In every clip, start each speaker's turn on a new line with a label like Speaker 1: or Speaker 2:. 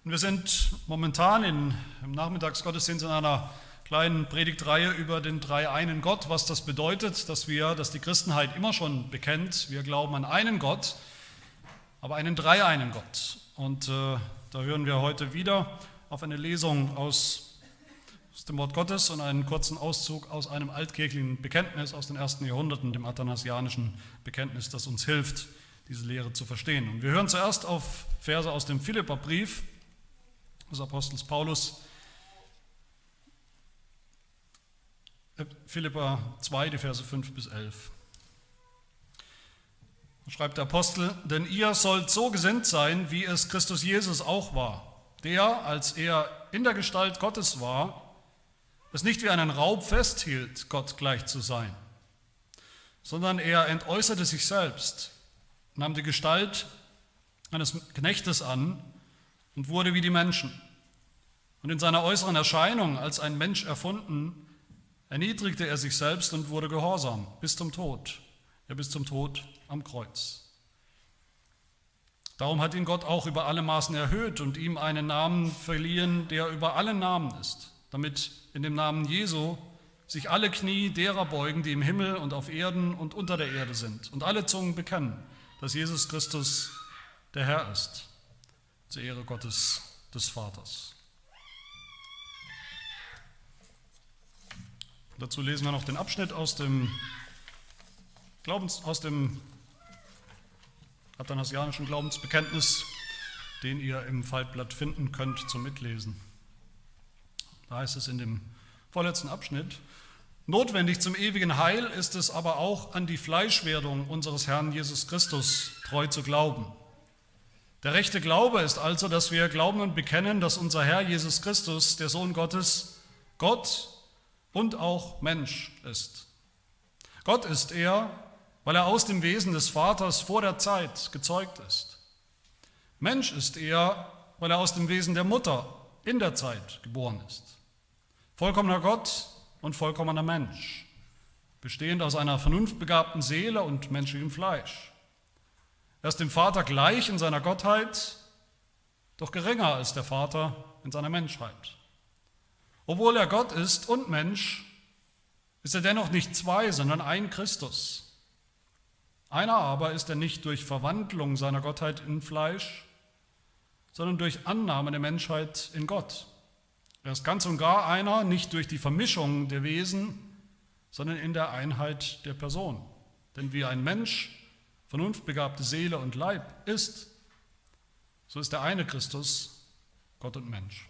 Speaker 1: Und wir sind momentan im Nachmittagsgottesdienst in einer kleinen Predigtreihe über den dreieinen Gott, was das bedeutet, dass die Christenheit immer schon bekennt. Wir glauben an einen Gott, aber einen dreieinen Gott. Und da hören wir heute wieder auf eine Lesung aus dem Wort Gottes und einen kurzen Auszug aus einem altkirchlichen Bekenntnis aus den ersten Jahrhunderten, dem athanasianischen Bekenntnis, das uns hilft, diese Lehre zu verstehen. Und wir hören zuerst auf Verse aus dem Philipperbrief des Apostels Paulus, Philipper 2, die Verse 5 bis 11. Da schreibt der Apostel: Denn ihr sollt so gesinnt sein, wie es Christus Jesus auch war, der, als er in der Gestalt Gottes war, es nicht wie einen Raub festhielt, Gott gleich zu sein, sondern er entäußerte sich selbst, nahm die Gestalt eines Knechtes an und wurde wie die Menschen. Und in seiner äußeren Erscheinung als ein Mensch erfunden, erniedrigte er sich selbst und wurde gehorsam bis zum Tod, ja bis zum Tod am Kreuz. Darum hat ihn Gott auch über alle Maßen erhöht und ihm einen Namen verliehen, der über allen Namen ist, damit in dem Namen Jesu sich alle Knie derer beugen, die im Himmel und auf Erden und unter der Erde sind, und alle Zungen bekennen, dass Jesus Christus der Herr ist, zur Ehre Gottes des Vaters. Dazu lesen wir noch den Abschnitt aus dem athanasianischen Glaubensbekenntnis, den ihr im Faltblatt finden könnt zum Mitlesen. Da heißt es in dem vorletzten Abschnitt: Notwendig zum ewigen Heil ist es aber auch, an die Fleischwerdung unseres Herrn Jesus Christus treu zu glauben. Der rechte Glaube ist also, dass wir glauben und bekennen, dass unser Herr Jesus Christus, der Sohn Gottes, Gott und auch Mensch ist. Gott ist er, weil er aus dem Wesen des Vaters vor der Zeit gezeugt ist. Mensch ist er, weil er aus dem Wesen der Mutter in der Zeit geboren ist. Vollkommener Gott und vollkommener Mensch, bestehend aus einer vernunftbegabten Seele und menschlichem Fleisch. Er ist dem Vater gleich in seiner Gottheit, doch geringer als der Vater in seiner Menschheit. Obwohl er Gott ist und Mensch, ist er dennoch nicht zwei, sondern ein Christus. Einer aber ist er nicht durch Verwandlung seiner Gottheit in Fleisch, sondern durch Annahme der Menschheit in Gott. Er ist ganz und gar einer, nicht durch die Vermischung der Wesen, sondern in der Einheit der Person. Denn wie ein Mensch vernunftbegabte Seele und Leib ist, so ist der eine Christus Gott und Mensch.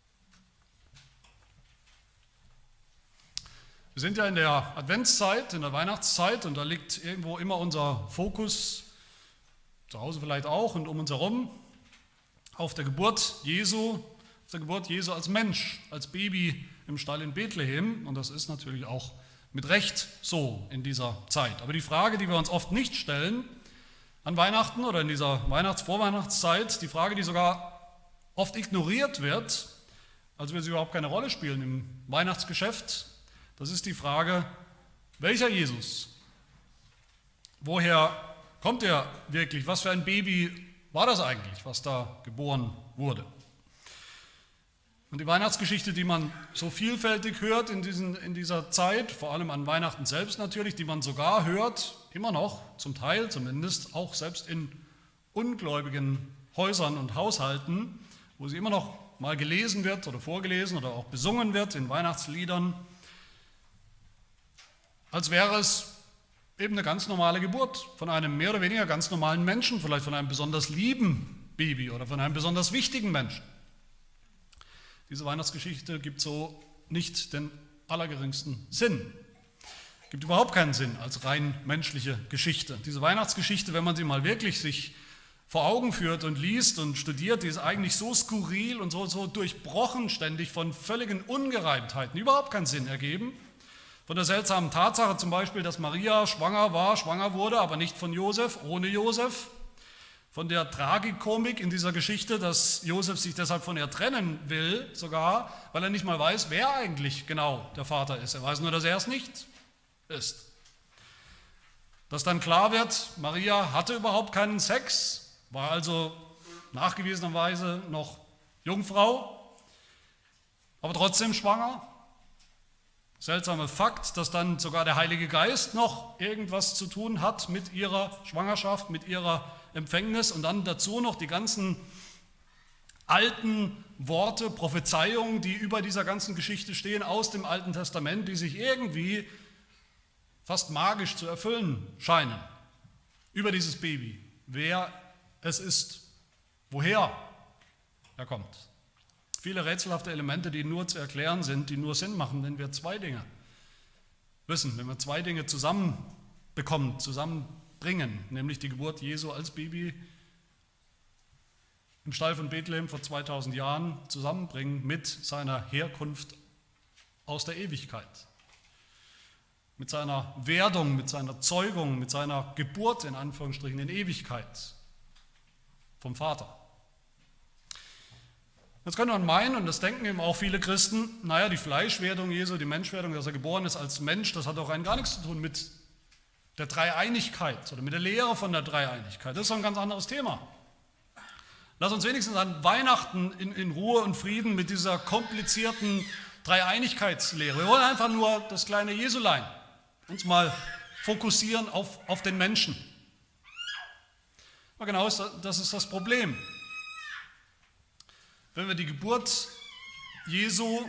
Speaker 1: Wir sind ja in der Adventszeit, in der Weihnachtszeit, und da liegt irgendwo immer unser Fokus, zu Hause vielleicht auch und um uns herum, auf der Geburt Jesu als Mensch, als Baby im Stall in Bethlehem. Und das ist natürlich auch mit Recht so in dieser Zeit. Aber die Frage, die wir uns oft nicht stellen an Weihnachten oder in dieser Vorweihnachtszeit, die Frage, die sogar oft ignoriert wird, also wir sie überhaupt keine Rolle spielen im Weihnachtsgeschäft, das ist die Frage: Welcher Jesus? Woher kommt er wirklich? Was für ein Baby war das eigentlich, was da geboren wurde? Und die Weihnachtsgeschichte, die man so vielfältig hört in dieser Zeit, vor allem an Weihnachten selbst natürlich, die man sogar hört, immer noch, zum Teil zumindest, auch selbst in ungläubigen Häusern und Haushalten, wo sie immer noch mal gelesen wird oder vorgelesen oder auch besungen wird in Weihnachtsliedern, als wäre es eben eine ganz normale Geburt von einem mehr oder weniger ganz normalen Menschen, vielleicht von einem besonders lieben Baby oder von einem besonders wichtigen Menschen. Diese Weihnachtsgeschichte gibt so nicht den allergeringsten Sinn. Gibt überhaupt keinen Sinn als rein menschliche Geschichte. Diese Weihnachtsgeschichte, wenn man sie mal wirklich sich vor Augen führt und liest und studiert, die ist eigentlich so skurril und so durchbrochen ständig von völligen Ungereimtheiten, die überhaupt keinen Sinn ergeben. Von der seltsamen Tatsache zum Beispiel, dass Maria schwanger wurde, aber nicht von Josef, ohne Josef. Von der Tragikomik in dieser Geschichte, dass Josef sich deshalb von ihr trennen will, sogar, weil er nicht mal weiß, wer eigentlich genau der Vater ist. Er weiß nur, dass er es nicht ist. Dass dann klar wird, Maria hatte überhaupt keinen Sex, war also nachgewiesenerweise noch Jungfrau, aber trotzdem schwanger. Seltsamer Fakt, dass dann sogar der Heilige Geist noch irgendwas zu tun hat mit ihrer Schwangerschaft, mit ihrer Empfängnis und dann dazu noch die ganzen alten Worte, Prophezeiungen, die über dieser ganzen Geschichte stehen aus dem Alten Testament, die sich irgendwie fast magisch zu erfüllen scheinen. Über dieses Baby, wer es ist, woher er kommt. Viele rätselhafte Elemente, die nur zu erklären sind, die nur Sinn machen, wenn wir zwei Dinge wissen, wenn wir zwei Dinge zusammenbekommen, zusammenbringen, nämlich die Geburt Jesu als Baby im Stall von Bethlehem vor 2000 Jahren zusammenbringen mit seiner Herkunft aus der Ewigkeit, mit seiner Werdung, mit seiner Zeugung, mit seiner Geburt in Anführungsstrichen in Ewigkeit vom Vater. Jetzt könnte man meinen, und das denken eben auch viele Christen, naja, die Fleischwerdung Jesu, die Menschwerdung, dass er geboren ist als Mensch, das hat doch rein gar nichts zu tun mit der Dreieinigkeit oder mit der Lehre von der Dreieinigkeit. Das ist doch ein ganz anderes Thema. Lass uns wenigstens an Weihnachten in Ruhe und Frieden mit dieser komplizierten Dreieinigkeitslehre. Wir wollen einfach nur das kleine Jesulein uns mal fokussieren auf den Menschen. Aber genau das ist das Problem. Wenn wir die Geburt Jesu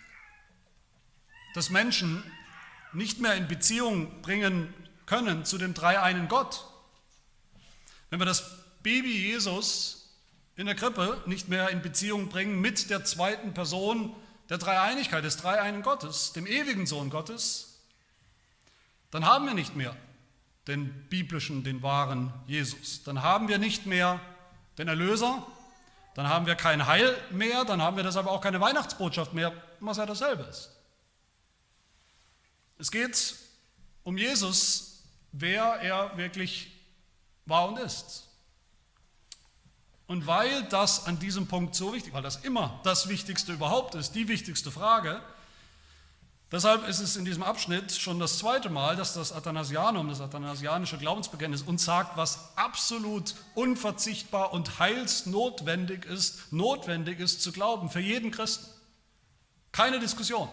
Speaker 1: des Menschen nicht mehr in Beziehung bringen können zu dem dreieinen Gott, wenn wir das Baby Jesus in der Krippe nicht mehr in Beziehung bringen mit der zweiten Person der Dreieinigkeit, des dreieinen Gottes, dem ewigen Sohn Gottes, dann haben wir nicht mehr den biblischen, den wahren Jesus. Dann haben wir nicht mehr den Erlöser, dann haben wir kein Heil mehr, dann haben wir deshalb auch keine Weihnachtsbotschaft mehr, was ja dasselbe ist. Es geht um Jesus, wer er wirklich war und ist. Und weil das an diesem Punkt so wichtig, weil das immer das Wichtigste überhaupt ist, die wichtigste Frage, deshalb ist es in diesem Abschnitt schon das zweite Mal, dass das Athanasianum, das athanasianische Glaubensbekenntnis uns sagt, was absolut unverzichtbar und heilsnotwendig ist zu glauben für jeden Christen. Keine Diskussion.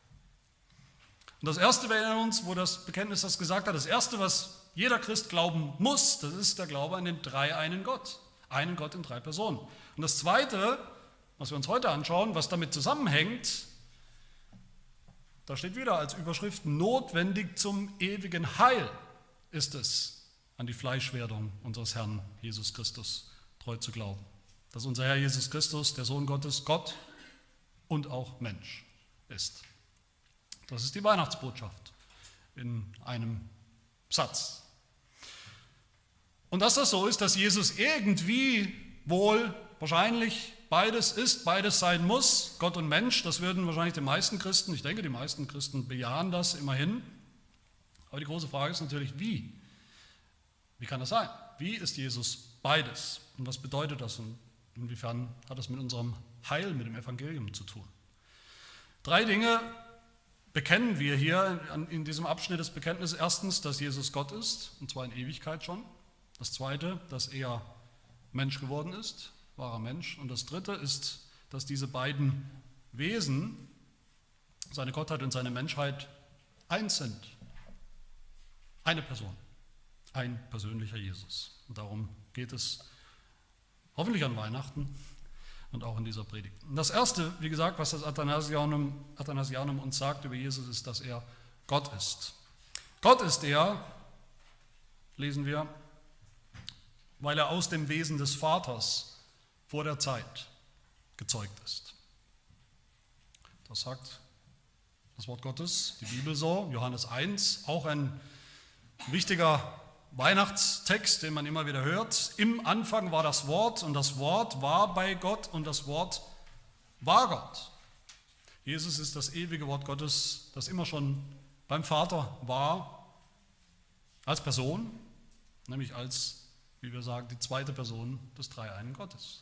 Speaker 1: Und das Erste, wir erinnern uns, wo das Bekenntnis das gesagt hat, das Erste, was jeder Christ glauben muss, das ist der Glaube an den dreieinen Gott. Einen Gott in drei Personen. Und das Zweite, was wir uns heute anschauen, was damit zusammenhängt, da steht wieder als Überschrift, notwendig zum ewigen Heil ist es, an die Fleischwerdung unseres Herrn Jesus Christus treu zu glauben. Dass unser Herr Jesus Christus, der Sohn Gottes, Gott und auch Mensch ist. Das ist die Weihnachtsbotschaft in einem Satz. Und dass das so ist, dass Jesus irgendwie wohl wahrscheinlich beides ist, beides sein muss, Gott und Mensch, das würden wahrscheinlich die meisten Christen, ich denke, die meisten Christen bejahen das immerhin. Aber die große Frage ist natürlich, wie? Wie kann das sein? Wie ist Jesus beides? Und was bedeutet das? Und inwiefern hat das mit unserem Heil, mit dem Evangelium zu tun? 3 Dinge bekennen wir hier in diesem Abschnitt des Bekenntnisses. Erstens, dass Jesus Gott ist, und zwar in Ewigkeit schon. Das Zweite, dass er Mensch geworden ist, wahrer Mensch. Und das Dritte ist, dass diese beiden Wesen, seine Gottheit und seine Menschheit, eins sind. Eine Person, ein persönlicher Jesus. Und darum geht es hoffentlich an Weihnachten und auch in dieser Predigt. Und das Erste, wie gesagt, was das Athanasianum uns sagt über Jesus, ist, dass er Gott ist. Gott ist er, lesen wir, weil er aus dem Wesen des Vaters vor der Zeit gezeugt ist. Das sagt das Wort Gottes, die Bibel so, Johannes 1, auch ein wichtiger Weihnachtstext, den man immer wieder hört. Im Anfang war das Wort und das Wort war bei Gott und das Wort war Gott. Jesus ist das ewige Wort Gottes, das immer schon beim Vater war, als Person, nämlich als, wie wir sagen, die zweite Person des dreieinen Gottes.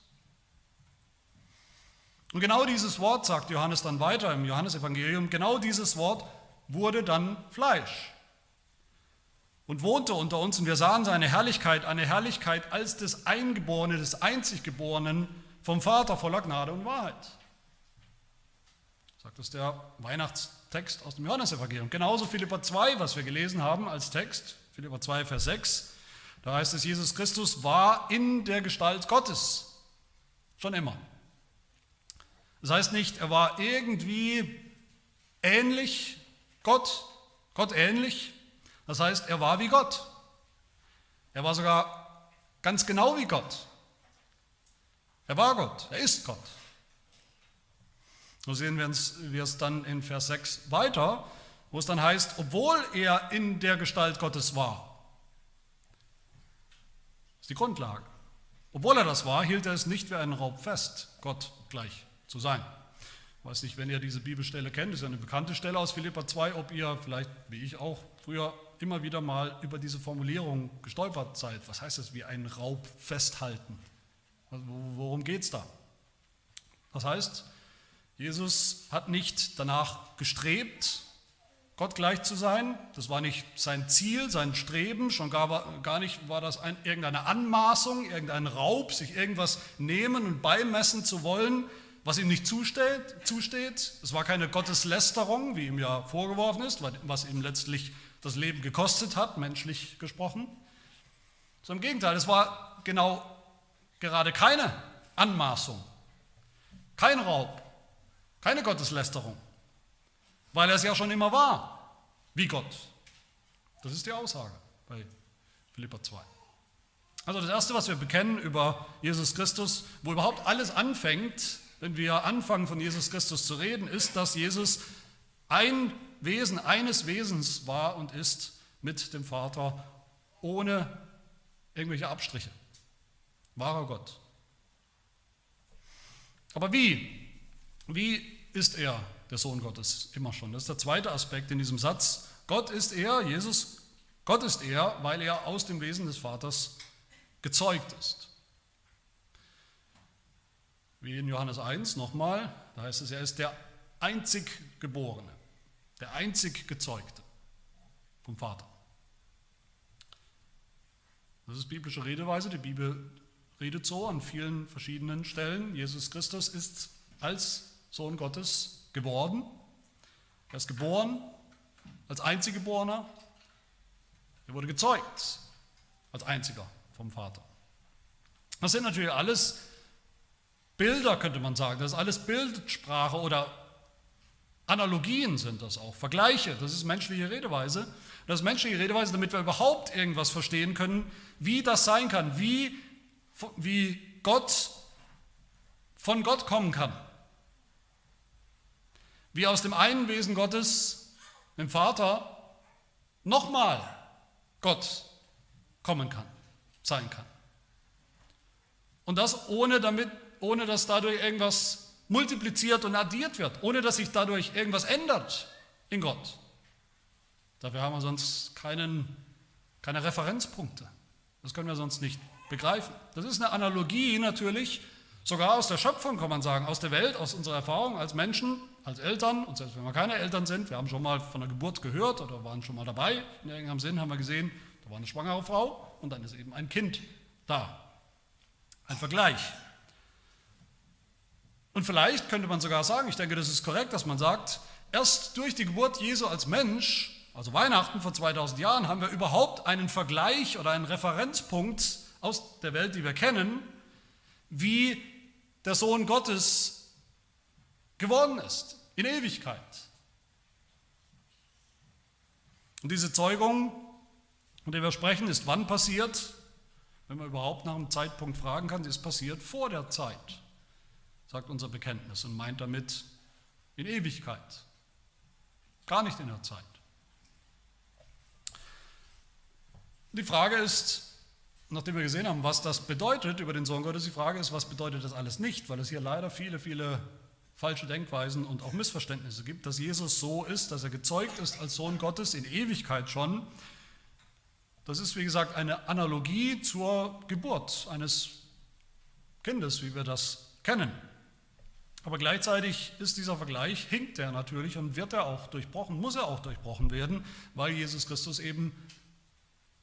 Speaker 1: Und genau dieses Wort, sagt Johannes dann weiter im Johannesevangelium, genau dieses Wort wurde dann Fleisch und wohnte unter uns und wir sahen seine Herrlichkeit, eine Herrlichkeit als des Eingeborenen, des Einziggeborenen vom Vater voller Gnade und Wahrheit. Sagt es der Weihnachtstext aus dem Johannesevangelium. Genauso Philipper 2, was wir gelesen haben als Text, Philipper 2, Vers 6, da heißt es, Jesus Christus war in der Gestalt Gottes, schon immer. Das heißt nicht, er war irgendwie ähnlich Gott ähnlich, das heißt, er war wie Gott. Er war sogar ganz genau wie Gott. Er war Gott, er ist Gott. So sehen wir es dann in Vers 6 weiter, wo es dann heißt, obwohl er in der Gestalt Gottes war. Das ist die Grundlage. Obwohl er das war, hielt er es nicht wie einen Raub fest, Gott gleich zu sein. Ich weiß nicht, wenn ihr diese Bibelstelle kennt, das ist ja eine bekannte Stelle aus Philipper 2, ob ihr vielleicht, wie ich auch, früher immer wieder mal über diese Formulierung gestolpert seid. Was heißt das, wie einen Raub festhalten? Also, worum geht es da? Das heißt, Jesus hat nicht danach gestrebt, Gott gleich zu sein. Das war nicht sein Ziel, sein Streben, schon gar nicht war das irgendeine Anmaßung, irgendein Raub, sich irgendwas nehmen und beimessen zu wollen, was ihm nicht zusteht. Es war keine Gotteslästerung, wie ihm ja vorgeworfen ist, was ihm letztlich das Leben gekostet hat, menschlich gesprochen. Sondern im Gegenteil, es war gerade keine Anmaßung, kein Raub, keine Gotteslästerung, weil er es ja schon immer war, wie Gott. Das ist die Aussage bei Philipper 2. Also das Erste, was wir bekennen über Jesus Christus, wo überhaupt alles anfängt, wenn wir anfangen von Jesus Christus zu reden, ist, dass Jesus ein Wesen, eines Wesens war und ist mit dem Vater, ohne irgendwelche Abstriche. Wahrer Gott. Aber wie? Wie ist er der Sohn Gottes? Immer schon. Das ist der zweite Aspekt in diesem Satz. Gott ist er, Jesus, Gott ist er, weil er aus dem Wesen des Vaters gezeugt ist. Wie in Johannes 1 nochmal, da heißt es, er ist der einzig Geborene, der einzig Gezeugte vom Vater. Das ist biblische Redeweise, die Bibel redet so an vielen verschiedenen Stellen. Jesus Christus ist als Sohn Gottes geworden. Er ist geboren als Einziggeborener. Er wurde gezeugt als Einziger vom Vater. Das sind natürlich alles Bilder, könnte man sagen. Das ist alles Bildsprache oder Analogien sind das auch, Vergleiche. Das ist menschliche Redeweise. Das ist menschliche Redeweise, damit wir überhaupt irgendwas verstehen können, wie das sein kann, wie Gott von Gott kommen kann. Wie aus dem einen Wesen Gottes, dem Vater, nochmal Gott kommen kann, sein kann. Und das ohne dass dadurch irgendwas multipliziert und addiert wird, ohne dass sich dadurch irgendwas ändert in Gott. Dafür haben wir sonst keine Referenzpunkte. Das können wir sonst nicht begreifen. Das ist eine Analogie natürlich, sogar aus der Schöpfung kann man sagen, aus der Welt, aus unserer Erfahrung als Menschen, als Eltern, und selbst wenn wir keine Eltern sind, wir haben schon mal von der Geburt gehört oder waren schon mal dabei, in irgendeinem Sinn haben wir gesehen, da war eine schwangere Frau und dann ist eben ein Kind da. Ein Vergleich. Und vielleicht könnte man sogar sagen, ich denke, das ist korrekt, dass man sagt, erst durch die Geburt Jesu als Mensch, also Weihnachten vor 2000 Jahren, haben wir überhaupt einen Vergleich oder einen Referenzpunkt aus der Welt, die wir kennen, wie der Sohn Gottes geworden ist, in Ewigkeit. Und diese Zeugung, von der wir sprechen, ist wann passiert? Wenn man überhaupt nach einem Zeitpunkt fragen kann, sie ist passiert vor der Zeit, sagt unser Bekenntnis und meint damit in Ewigkeit, gar nicht in der Zeit. Die Frage ist, nachdem wir gesehen haben, was das bedeutet über den Sohn Gottes, die Frage ist, was bedeutet das alles nicht, weil es hier leider viele, viele falsche Denkweisen und auch Missverständnisse gibt, dass Jesus so ist, dass er gezeugt ist als Sohn Gottes in Ewigkeit schon. Das ist, wie gesagt, eine Analogie zur Geburt eines Kindes, wie wir das kennen. Aber gleichzeitig ist dieser Vergleich, hinkt er natürlich und wird er auch durchbrochen, muss er auch durchbrochen werden, weil Jesus Christus eben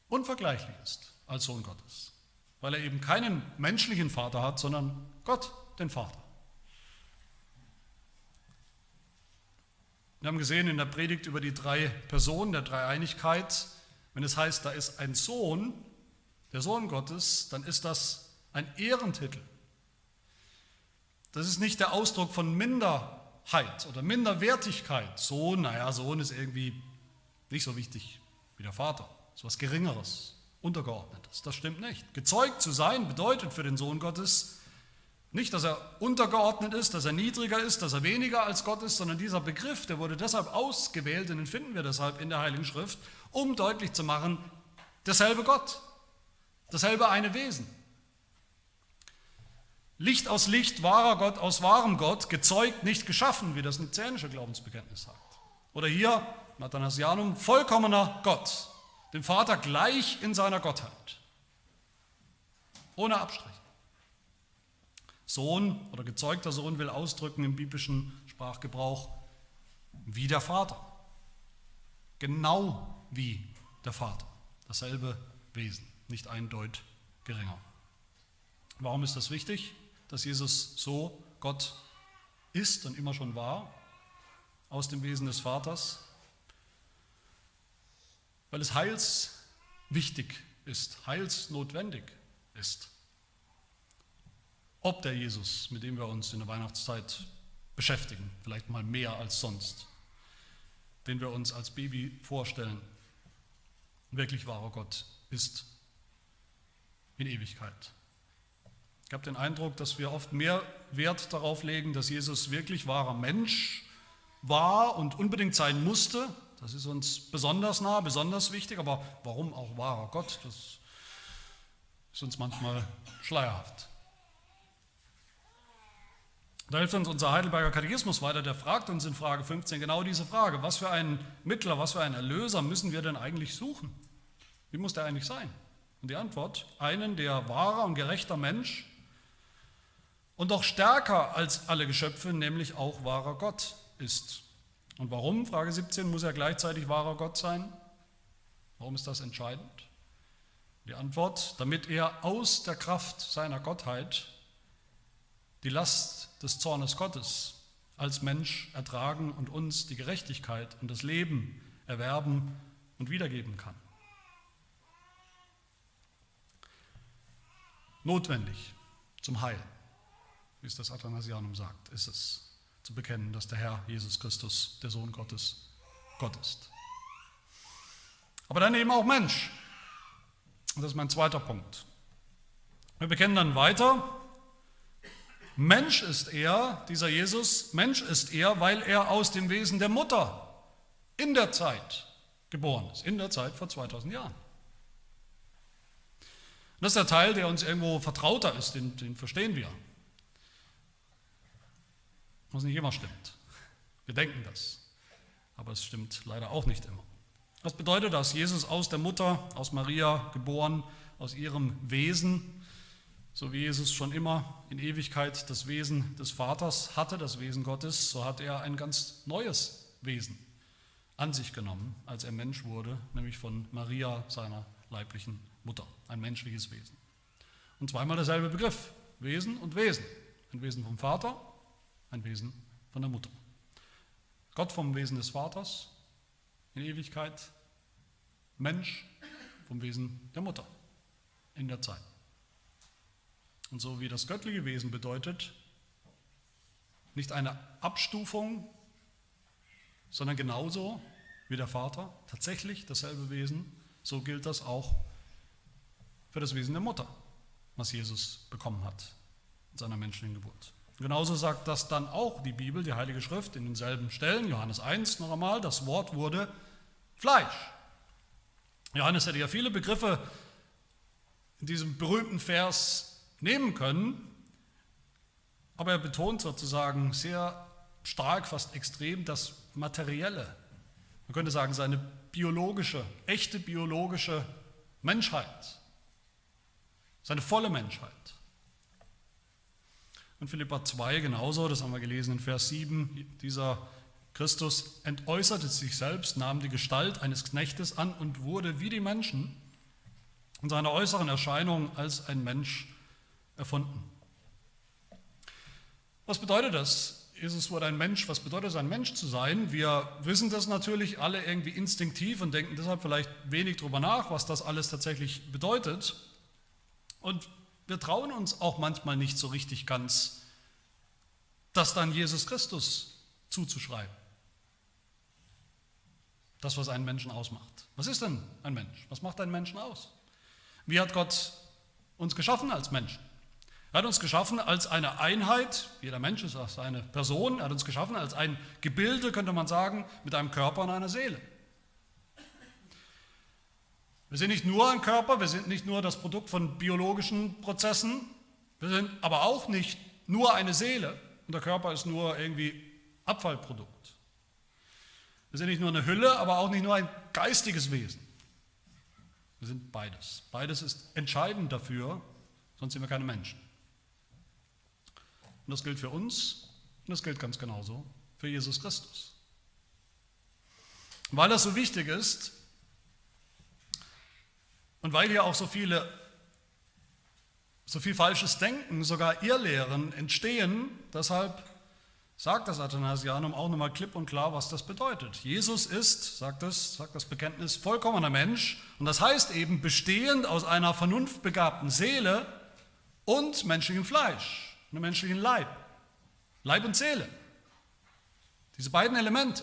Speaker 1: unvergleichlich ist als Sohn Gottes. Weil er eben keinen menschlichen Vater hat, sondern Gott den Vater. Wir haben gesehen in der Predigt über die 3 Personen der Dreieinigkeit, wenn es heißt, da ist ein Sohn, der Sohn Gottes, dann ist das ein Ehrentitel. Das ist nicht der Ausdruck von Minderheit oder Minderwertigkeit. Sohn ist irgendwie nicht so wichtig wie der Vater. Das ist was Geringeres, Untergeordnetes. Das stimmt nicht. Gezeugt zu sein bedeutet für den Sohn Gottes nicht, dass er untergeordnet ist, dass er niedriger ist, dass er weniger als Gott ist, sondern dieser Begriff, der wurde deshalb ausgewählt, und den finden wir deshalb in der Heiligen Schrift, um deutlich zu machen, derselbe Gott, dasselbe eine Wesen. Licht aus Licht, wahrer Gott aus wahrem Gott, gezeugt, nicht geschaffen, wie das nizänische Glaubensbekenntnis sagt. Oder hier, Athanasianum, vollkommener Gott, dem Vater gleich in seiner Gottheit, ohne Abstrich. Sohn oder gezeugter Sohn will ausdrücken im biblischen Sprachgebrauch wie der Vater, genau wie der Vater, dasselbe Wesen, nicht ein Deut geringer. Warum ist das wichtig, dass Jesus so Gott ist und immer schon war, aus dem Wesen des Vaters? Weil es heilswichtig ist, heilsnotwendig ist. Ob der Jesus, mit dem wir uns in der Weihnachtszeit beschäftigen, vielleicht mal mehr als sonst, den wir uns als Baby vorstellen, wirklich wahrer Gott ist in Ewigkeit. Ich habe den Eindruck, dass wir oft mehr Wert darauf legen, dass Jesus wirklich wahrer Mensch war und unbedingt sein musste. Das ist uns besonders nah, besonders wichtig, aber warum auch wahrer Gott? Das ist uns manchmal schleierhaft. Da hilft uns unser Heidelberger Katechismus weiter, der fragt uns in Frage 15 genau diese Frage: Was für einen Mittler, was für einen Erlöser müssen wir denn eigentlich suchen? Wie muss der eigentlich sein? Und die Antwort: einen, der wahrer und gerechter Mensch und doch stärker als alle Geschöpfe, nämlich auch wahrer Gott ist. Und warum, Frage 17, muss er gleichzeitig wahrer Gott sein? Warum ist das entscheidend? Die Antwort: damit er aus der Kraft seiner Gottheit die Last des Zornes Gottes als Mensch ertragen und uns die Gerechtigkeit und das Leben erwerben und wiedergeben kann. Notwendig zum Heil, wie es das Athanasianum sagt, ist es, zu bekennen, dass der Herr Jesus Christus, der Sohn Gottes, Gott ist. Aber dann eben auch Mensch. Und das ist mein zweiter Punkt. Wir bekennen dann weiter: Mensch ist er, dieser Jesus, Mensch ist er, weil er aus dem Wesen der Mutter in der Zeit geboren ist, in der Zeit vor 2000 Jahren. Und das ist der Teil, der uns irgendwo vertrauter ist, den verstehen wir. Was nicht immer stimmt. Wir denken das, aber es stimmt leider auch nicht immer. Was bedeutet das? Jesus aus der Mutter, aus Maria geboren, aus ihrem Wesen, so wie Jesus schon immer in Ewigkeit das Wesen des Vaters hatte, das Wesen Gottes, so hat er ein ganz neues Wesen an sich genommen, als er Mensch wurde, nämlich von Maria, seiner leiblichen Mutter, ein menschliches Wesen. Und zweimal derselbe Begriff, Wesen und Wesen. Ein Wesen vom Vater, ein Wesen von der Mutter. Gott vom Wesen des Vaters in Ewigkeit, Mensch vom Wesen der Mutter in der Zeit. Und so wie das göttliche Wesen bedeutet, nicht eine Abstufung, sondern genauso wie der Vater, tatsächlich dasselbe Wesen, so gilt das auch für das Wesen der Mutter, was Jesus bekommen hat in seiner menschlichen Geburt. Genauso sagt das dann auch die Bibel, die Heilige Schrift, in denselben Stellen, Johannes 1 noch einmal, das Wort wurde Fleisch. Johannes hätte ja viele Begriffe in diesem berühmten Vers nehmen können, aber er betont sozusagen sehr stark, fast extrem, das Materielle. Man könnte sagen, seine biologische, echte biologische Menschheit, seine volle Menschheit. Und Philipper 2 genauso, das haben wir gelesen in Vers 7, dieser Christus entäußerte sich selbst, nahm die Gestalt eines Knechtes an und wurde wie die Menschen in seiner äußeren Erscheinung als ein Mensch erfunden. Was bedeutet das? Jesus wurde ein Mensch. Was bedeutet es, ein Mensch zu sein? Wir wissen das natürlich alle irgendwie instinktiv und denken deshalb vielleicht wenig drüber nach, was das alles tatsächlich bedeutet. Und wir trauen uns auch manchmal nicht so richtig ganz, das dann Jesus Christus zuzuschreiben. Das, was einen Menschen ausmacht. Was ist denn ein Mensch? Was macht einen Menschen aus? Wie hat Gott uns geschaffen als Menschen? Er hat uns geschaffen als eine Einheit, jeder Mensch ist eine Person, er hat uns geschaffen als ein Gebilde, könnte man sagen, mit einem Körper und einer Seele. Wir sind nicht nur ein Körper, wir sind nicht nur das Produkt von biologischen Prozessen, wir sind aber auch nicht nur eine Seele und der Körper ist nur irgendwie Abfallprodukt. Wir sind nicht nur eine Hülle, aber auch nicht nur ein geistiges Wesen. Wir sind beides. Beides ist entscheidend dafür, sonst sind wir keine Menschen. Und das gilt für uns und das gilt ganz genauso für Jesus Christus. Und weil das so wichtig ist und weil hier auch so viel falsches Denken, sogar Irrlehren entstehen, deshalb sagt das Athanasianum auch nochmal klipp und klar, was das bedeutet. Jesus ist, sagt das Bekenntnis, vollkommener Mensch und das heißt eben bestehend aus einer vernunftbegabten Seele und menschlichem Fleisch, einem menschlichen Leib. Leib und Seele. Diese beiden Elemente.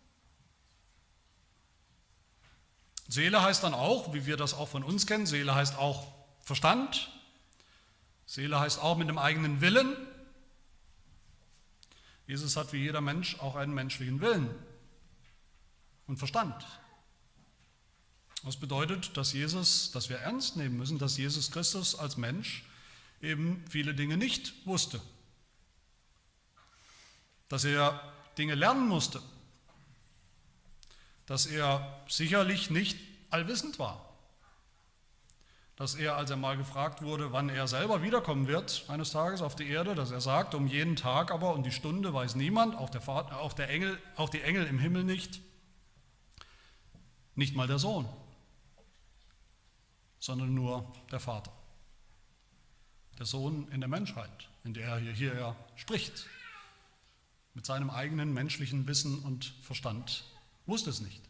Speaker 1: Seele heißt dann auch, wie wir das auch von uns kennen, Seele heißt auch Verstand. Seele heißt auch mit dem eigenen Willen. Jesus hat wie jeder Mensch auch einen menschlichen Willen und Verstand. Das bedeutet, dass wir ernst nehmen müssen, dass Jesus Christus als Mensch eben viele Dinge nicht wusste. Dass er Dinge lernen musste. Dass er sicherlich nicht allwissend war. Dass er, als er mal gefragt wurde, wann er selber wiederkommen wird, eines Tages auf die Erde, dass er sagt, um jeden Tag aber und die Stunde weiß niemand, auch die Engel im Himmel nicht mal der Sohn, sondern nur der Vater. Der Sohn in der Menschheit, in der er hier spricht, mit seinem eigenen menschlichen Wissen und Verstand, wusste es nicht.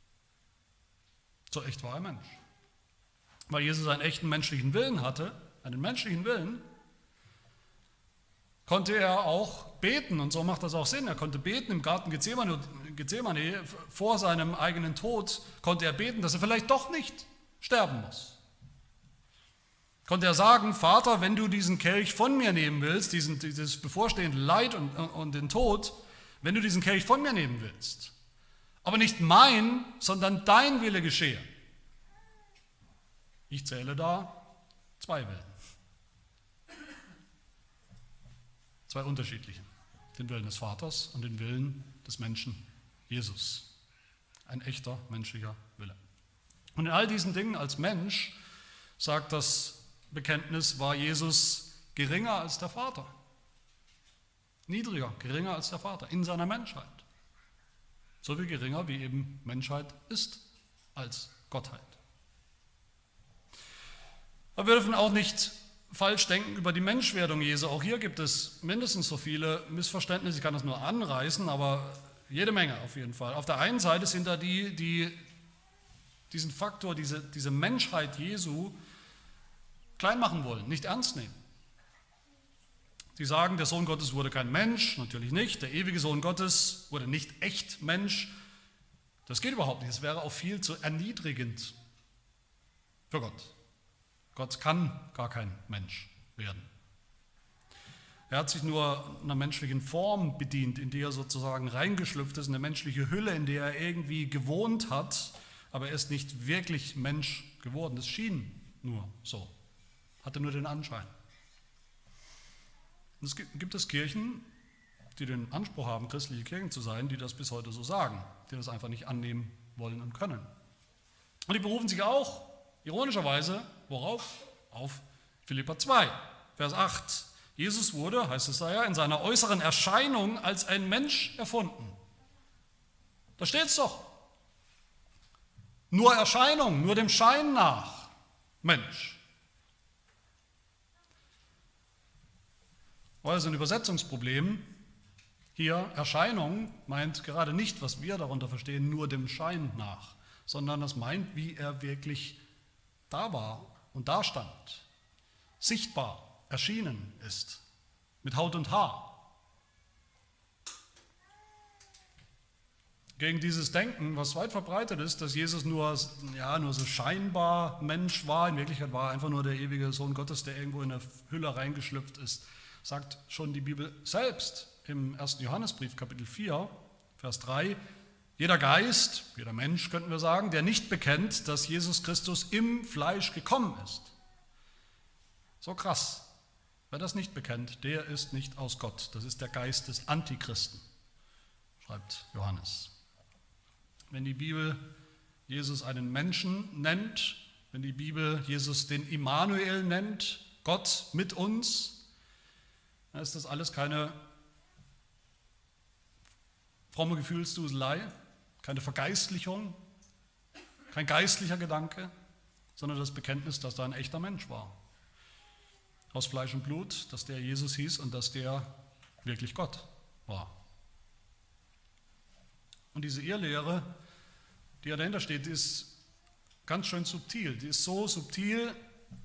Speaker 1: So echt war er Mensch. Weil Jesus einen echten menschlichen Willen hatte, einen menschlichen Willen, konnte er auch beten, und so macht das auch Sinn. Er konnte beten im Garten Gethsemane, vor seinem eigenen Tod, konnte er beten, dass er vielleicht doch nicht sterben muss. Konnte er sagen, Vater, wenn du diesen Kelch von mir nehmen willst, dieses bevorstehende Leid und den Tod, wenn du diesen Kelch von mir nehmen willst, aber nicht mein, sondern dein Wille geschehe. Ich zähle da 2 Willen. 2 unterschiedliche. Den Willen des Vaters und den Willen des Menschen Jesus. Ein echter menschlicher Wille. Und in all diesen Dingen als Mensch, sagt das Bekenntnis, war Jesus geringer als der Vater. Niedriger, geringer als der Vater in seiner Menschheit. So viel geringer, wie eben Menschheit ist als Gottheit. Aber wir dürfen auch nicht falsch denken über die Menschwerdung Jesu. Auch hier gibt es mindestens so viele Missverständnisse. Ich kann das nur anreißen, aber jede Menge auf jeden Fall. Auf der einen Seite sind da die diesen Faktor, diese Menschheit Jesu klein machen wollen, nicht ernst nehmen. Die sagen, der Sohn Gottes wurde kein Mensch, natürlich nicht. Der ewige Sohn Gottes wurde nicht echt Mensch. Das geht überhaupt nicht. Das wäre auch viel zu erniedrigend für Gott. Gott kann gar kein Mensch werden. Er hat sich nur einer menschlichen Form bedient, in die er sozusagen reingeschlüpft ist, eine menschliche Hülle, in der er irgendwie gewohnt hat, aber er ist nicht wirklich Mensch geworden. Das schien nur so, hatte nur den Anschein. Und es gibt es Kirchen, die den Anspruch haben, christliche Kirchen zu sein, die das bis heute so sagen, die das einfach nicht annehmen wollen und können. Und die berufen sich auch, ironischerweise, worauf? Auf Philipper 2, Vers 8. Jesus wurde, heißt es da ja, in seiner äußeren Erscheinung als ein Mensch erfunden. Da steht es doch. Nur Erscheinung, nur dem Schein nach Mensch. Aber es ist ein Übersetzungsproblem. Hier Erscheinung meint gerade nicht, was wir darunter verstehen, nur dem Schein nach, sondern das meint, wie er wirklich da war und da stand, sichtbar erschienen ist, mit Haut und Haar. Gegen dieses Denken, was weit verbreitet ist, dass Jesus nur so scheinbar Mensch war, in Wirklichkeit war er einfach nur der ewige Sohn Gottes, der irgendwo in eine Hülle reingeschlüpft ist, sagt schon die Bibel selbst im 1. Johannesbrief, Kapitel 4, Vers 3, jeder Geist, jeder Mensch, könnten wir sagen, der nicht bekennt, dass Jesus Christus im Fleisch gekommen ist. So krass. Wer das nicht bekennt, der ist nicht aus Gott. Das ist der Geist des Antichristen, schreibt Johannes. Wenn die Bibel Jesus einen Menschen nennt, wenn die Bibel Jesus den Immanuel nennt, Gott mit uns, dann ist das alles keine fromme Gefühlsduselei, keine Vergeistlichung, kein geistlicher Gedanke, sondern das Bekenntnis, dass da ein echter Mensch war. Aus Fleisch und Blut, dass der Jesus hieß und dass der wirklich Gott war. Und diese Irrlehre, die ja dahinter steht, die ist ganz schön subtil. Die ist so subtil,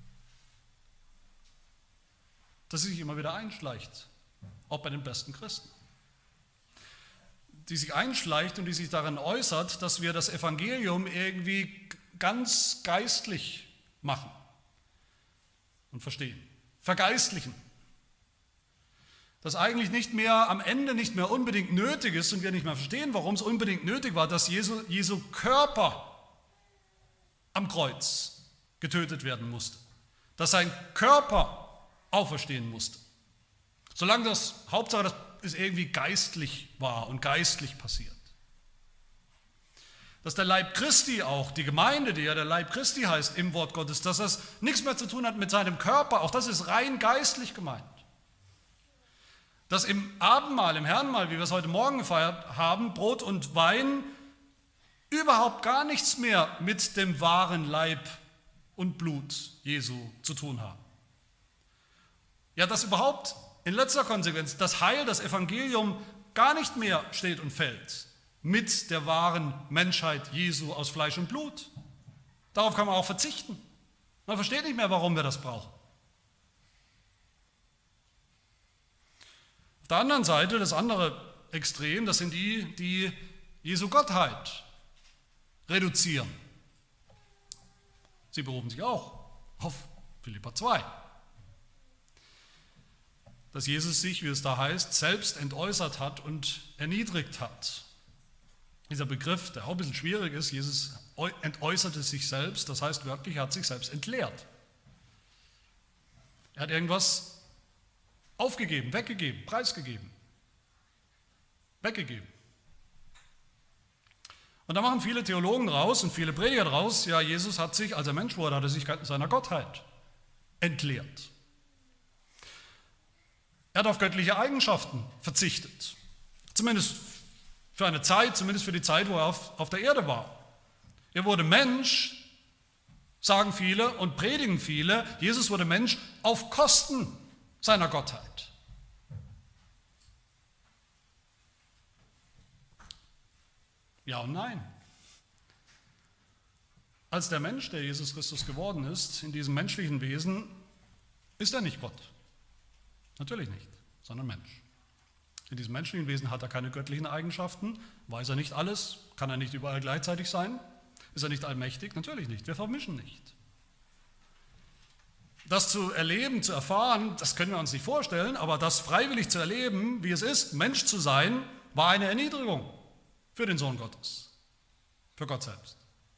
Speaker 1: dass sie sich immer wieder einschleicht, auch bei den besten Christen. Die sich einschleicht und die sich darin äußert, dass wir das Evangelium irgendwie ganz geistlich machen und verstehen, vergeistlichen. Das eigentlich nicht mehr, am Ende nicht mehr unbedingt nötig ist und wir nicht mehr verstehen, warum es unbedingt nötig war, dass Jesu Körper am Kreuz getötet werden musste, dass sein Körper auferstehen musste. Solange Hauptsache, dass es irgendwie geistlich war und geistlich passiert. Dass der Leib Christi auch, die Gemeinde, die ja der Leib Christi heißt im Wort Gottes, dass das nichts mehr zu tun hat mit seinem Körper, auch das ist rein geistlich gemeint. Dass im Abendmahl, im Herrenmahl, wie wir es heute Morgen gefeiert haben, Brot und Wein überhaupt gar nichts mehr mit dem wahren Leib und Blut Jesu zu tun haben. Ja, dass überhaupt in letzter Konsequenz das Heil, das Evangelium gar nicht mehr steht und fällt mit der wahren Menschheit Jesu aus Fleisch und Blut. Darauf kann man auch verzichten. Man versteht nicht mehr, warum wir das brauchen. Auf der anderen Seite, das andere Extrem, das sind die Jesu Gottheit reduzieren. Sie berufen sich auch auf Philipper 2. Dass Jesus sich, wie es da heißt, selbst entäußert hat und erniedrigt hat. Dieser Begriff, der auch ein bisschen schwierig ist, Jesus entäußerte sich selbst, das heißt wörtlich, er hat sich selbst entleert. Er hat irgendwas aufgegeben, weggegeben, preisgegeben, weggegeben. Und da machen viele Theologen draus und viele Prediger draus, ja, Jesus hat sich, als er Mensch wurde, hat er sich seiner Gottheit entleert. Er hat auf göttliche Eigenschaften verzichtet, zumindest für eine Zeit, zumindest für die Zeit, wo er auf der Erde war. Er wurde Mensch, sagen viele und predigen viele, Jesus wurde Mensch auf Kosten seiner Gottheit. Ja und nein. Als der Mensch, der Jesus Christus geworden ist, in diesem menschlichen Wesen, ist er nicht Gott. Natürlich nicht, sondern Mensch. In diesem menschlichen Wesen hat er keine göttlichen Eigenschaften, weiß er nicht alles, kann er nicht überall gleichzeitig sein, ist er nicht allmächtig? Natürlich nicht, wir vermischen nicht. Das zu erleben, zu erfahren, das können wir uns nicht vorstellen, aber das freiwillig zu erleben, wie es ist, Mensch zu sein, war eine Erniedrigung für den Sohn Gottes, für Gott selbst.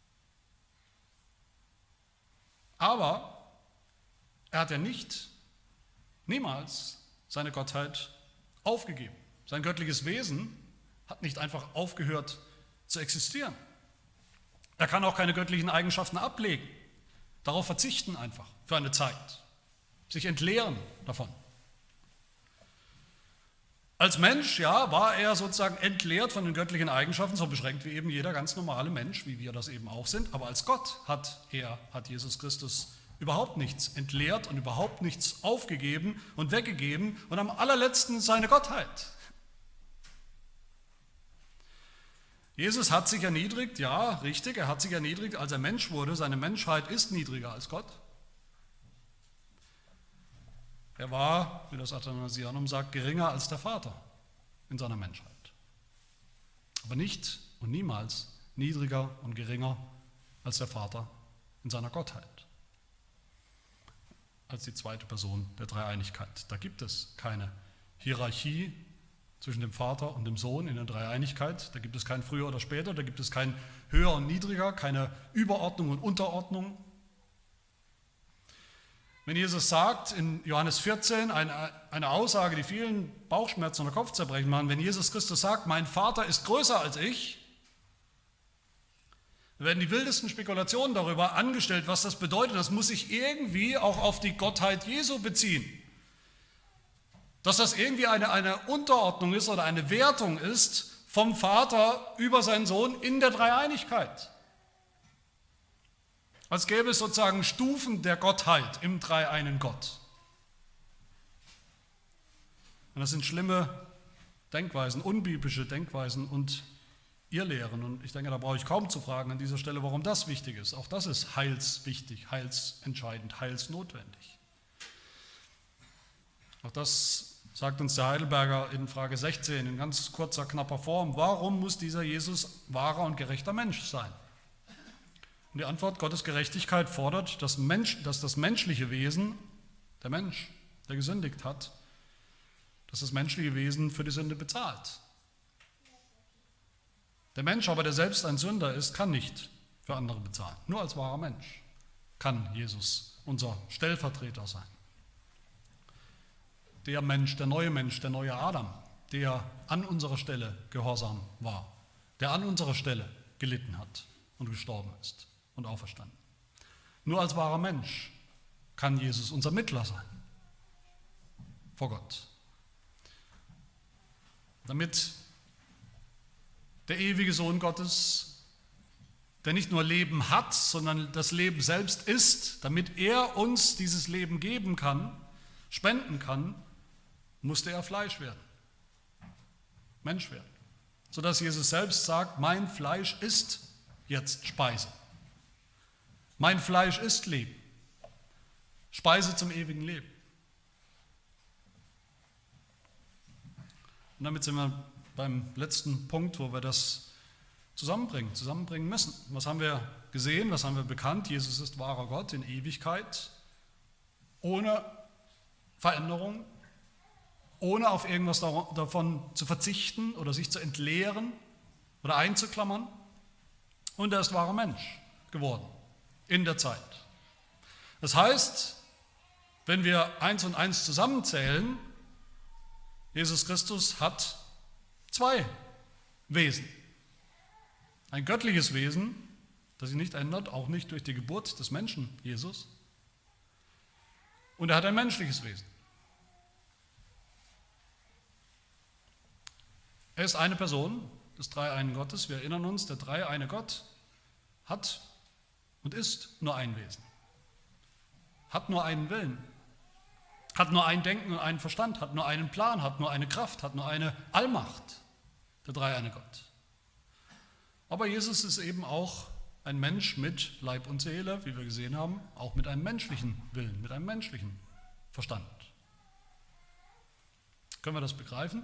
Speaker 1: Aber er hat ja niemals seine Gottheit aufgegeben. Sein göttliches Wesen hat nicht einfach aufgehört zu existieren. Er kann auch keine göttlichen Eigenschaften ablegen. Darauf verzichten einfach für eine Zeit. Sich entleeren davon. Als Mensch, ja, war er sozusagen entleert von den göttlichen Eigenschaften, so beschränkt wie eben jeder ganz normale Mensch, wie wir das eben auch sind. Aber als Gott hat Jesus Christus überhaupt nichts entleert und überhaupt nichts aufgegeben und weggegeben und am allerletzten seine Gottheit. Jesus hat sich erniedrigt, ja, richtig, er hat sich erniedrigt, als er Mensch wurde. Seine Menschheit ist niedriger als Gott. Er war, wie das Athanasianum sagt, geringer als der Vater in seiner Menschheit. Aber nicht und niemals niedriger und geringer als der Vater in seiner Gottheit. Als die zweite Person der Dreieinigkeit. Da gibt es keine Hierarchie zwischen dem Vater und dem Sohn in der Dreieinigkeit. Da gibt es kein früher oder später, da gibt es kein höher und niedriger, keine Überordnung und Unterordnung. Wenn Jesus sagt in Johannes 14, eine Aussage, die vielen Bauchschmerzen oder Kopfzerbrechen machen, wenn Jesus Christus sagt, mein Vater ist größer als ich, dann werden die wildesten Spekulationen darüber angestellt, was das bedeutet. Das muss sich irgendwie auch auf die Gottheit Jesu beziehen. Dass das irgendwie eine Unterordnung ist oder eine Wertung ist vom Vater über seinen Sohn in der Dreieinigkeit. Als gäbe es sozusagen Stufen der Gottheit im dreieinen Gott. Und das sind schlimme Denkweisen, unbiblische Denkweisen und Irrlehren. Und ich denke, da brauche ich kaum zu fragen an dieser Stelle, warum das wichtig ist. Auch das ist heilswichtig, heilsentscheidend, heilsnotwendig. Auch das sagt uns der Heidelberger in Frage 16 in ganz kurzer, knapper Form. Warum muss dieser Jesus wahrer und gerechter Mensch sein? Und die Antwort, Gottes Gerechtigkeit fordert, dass das menschliche Wesen, der Mensch, der gesündigt hat, dass das menschliche Wesen für die Sünde bezahlt. Der Mensch aber, der selbst ein Sünder ist, kann nicht für andere bezahlen. Nur als wahrer Mensch kann Jesus unser Stellvertreter sein. Der Mensch, der neue Adam, der an unserer Stelle gehorsam war, der an unserer Stelle gelitten hat und gestorben ist und auferstanden. Nur als wahrer Mensch kann Jesus unser Mittler sein vor Gott. Damit der ewige Sohn Gottes, der nicht nur Leben hat, sondern das Leben selbst ist, damit er uns dieses Leben geben kann, spenden kann, musste er Fleisch werden, Mensch werden, sodass Jesus selbst sagt, mein Fleisch ist jetzt Speise. Mein Fleisch ist Leben, Speise zum ewigen Leben. Und damit sind wir beim letzten Punkt, wo wir das zusammenbringen müssen. Was haben wir gesehen, was haben wir bekannt? Jesus ist wahrer Gott in Ewigkeit, ohne Veränderung, ohne auf irgendwas davon zu verzichten oder sich zu entleeren oder einzuklammern. Und er ist wahrer Mensch geworden in der Zeit. Das heißt, wenn wir 1 und 1 zusammenzählen, Jesus Christus hat zwei Wesen. Ein göttliches Wesen, das sich nicht ändert, auch nicht durch die Geburt des Menschen Jesus. Und er hat ein menschliches Wesen. Er ist eine Person des Dreieinen Gottes. Wir erinnern uns, der Dreieine Gott hat und ist nur ein Wesen. Hat nur einen Willen. Hat nur ein Denken und einen Verstand. Hat nur einen Plan. Hat nur eine Kraft. Hat nur eine Allmacht. Der Dreieine Gott. Aber Jesus ist eben auch ein Mensch mit Leib und Seele, wie wir gesehen haben, auch mit einem menschlichen Willen, mit einem menschlichen Verstand. Können wir das begreifen?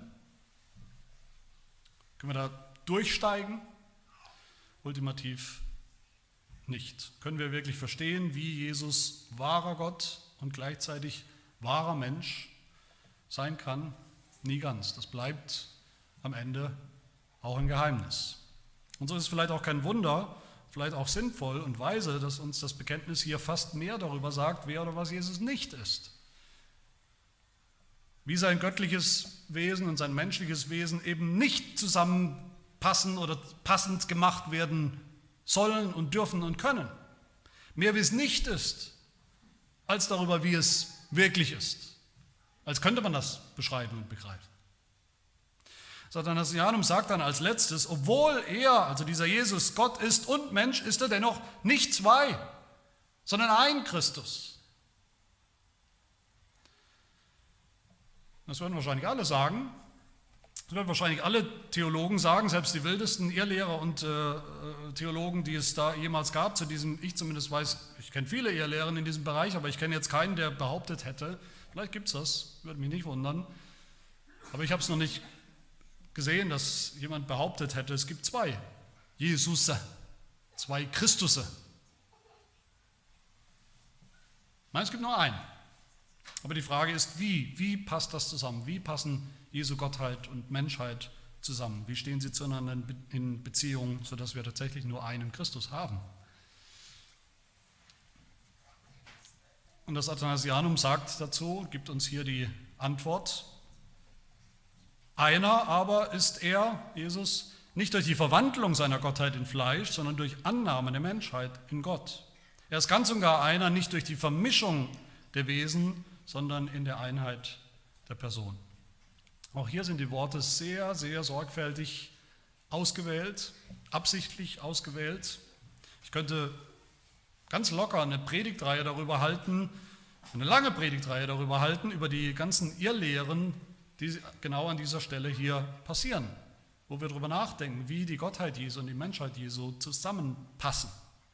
Speaker 1: Können wir da durchsteigen? Ultimativ nicht. Können wir wirklich verstehen, wie Jesus wahrer Gott und gleichzeitig wahrer Mensch sein kann? Nie ganz. Das bleibt am Ende auch ein Geheimnis. Und so ist es vielleicht auch kein Wunder, vielleicht auch sinnvoll und weise, dass uns das Bekenntnis hier fast mehr darüber sagt, wer oder was Jesus nicht ist. Wie sein göttliches Wesen und sein menschliches Wesen eben nicht zusammenpassen oder passend gemacht werden sollen und dürfen und können. Mehr wie es nicht ist, als darüber, wie es wirklich ist. Als könnte man das beschreiben und begreifen. Athanasianum sagt dann als letztes, obwohl er, also dieser Jesus, Gott ist und Mensch, ist er dennoch nicht zwei, sondern ein Christus. Das würden wahrscheinlich alle sagen. Das werden wahrscheinlich alle Theologen sagen, selbst die wildesten Irrlehrer und Theologen, die es da jemals gab, zu diesem, ich zumindest weiß, ich kenne viele Irrlehrer in diesem Bereich, aber ich kenne jetzt keinen, der behauptet hätte, vielleicht gibt es das, würde mich nicht wundern, aber ich habe es noch nicht gesehen, dass jemand behauptet hätte, es gibt zwei Jesusse, zwei Christusse. Nein, es gibt nur einen. Aber die Frage ist, wie passt das zusammen? Wie passen Jesu Gottheit und Menschheit zusammen? Wie stehen sie zueinander in Beziehung, sodass wir tatsächlich nur einen Christus haben? Und das Athanasianum sagt dazu, gibt uns hier die Antwort: Einer aber ist er, Jesus, nicht durch die Verwandlung seiner Gottheit in Fleisch, sondern durch Annahme der Menschheit in Gott. Er ist ganz und gar einer, nicht durch die Vermischung der Wesen, sondern in der Einheit der Person. Auch hier sind die Worte sehr, sehr sorgfältig ausgewählt, absichtlich ausgewählt. Ich könnte ganz locker eine Predigtreihe darüber halten, eine lange Predigtreihe darüber halten, über die ganzen Irrlehren, die genau an dieser Stelle hier passieren, wo wir darüber nachdenken, wie die Gottheit Jesu und die Menschheit Jesu zusammenpassen.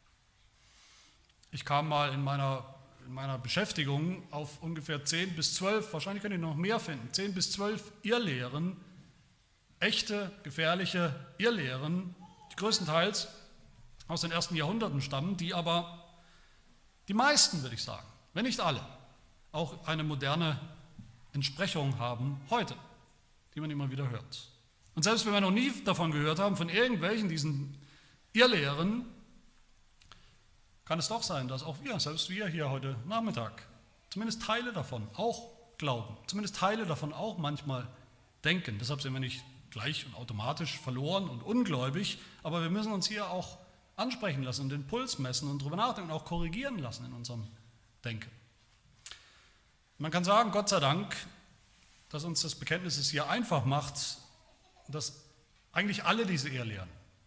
Speaker 1: Ich kam mal in meiner Beschäftigung auf ungefähr 10 bis 12, wahrscheinlich könnt ihr noch mehr finden, 10 bis 12 Irrlehren, echte, gefährliche Irrlehren, die größtenteils aus den ersten Jahrhunderten stammen, die aber die meisten, würde ich sagen, wenn nicht alle, auch eine moderne Entsprechung haben heute, die man immer wieder hört. Und selbst wenn wir noch nie davon gehört haben, von irgendwelchen diesen Irrlehren, kann es doch sein, dass auch wir, selbst wir hier heute Nachmittag, zumindest Teile davon auch glauben, zumindest Teile davon auch manchmal denken. Deshalb sind wir nicht gleich und automatisch verloren und ungläubig, aber wir müssen uns hier auch ansprechen lassen und den Puls messen und darüber nachdenken und auch korrigieren lassen in unserem Denken. Man kann sagen, Gott sei Dank, dass uns das Bekenntnis es hier einfach macht, dass eigentlich alle diese Irrlehren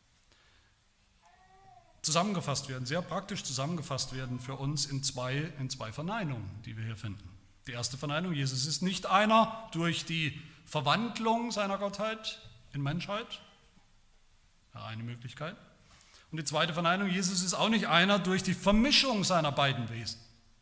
Speaker 1: zusammengefasst werden, sehr praktisch zusammengefasst werden für uns in zwei Verneinungen, die wir hier finden. Die erste Verneinung: Jesus ist nicht einer durch die Verwandlung seiner Gottheit in Menschheit, eine Möglichkeit. Und die zweite Verneinung: Jesus ist auch nicht einer durch die Vermischung seiner beiden Wesen.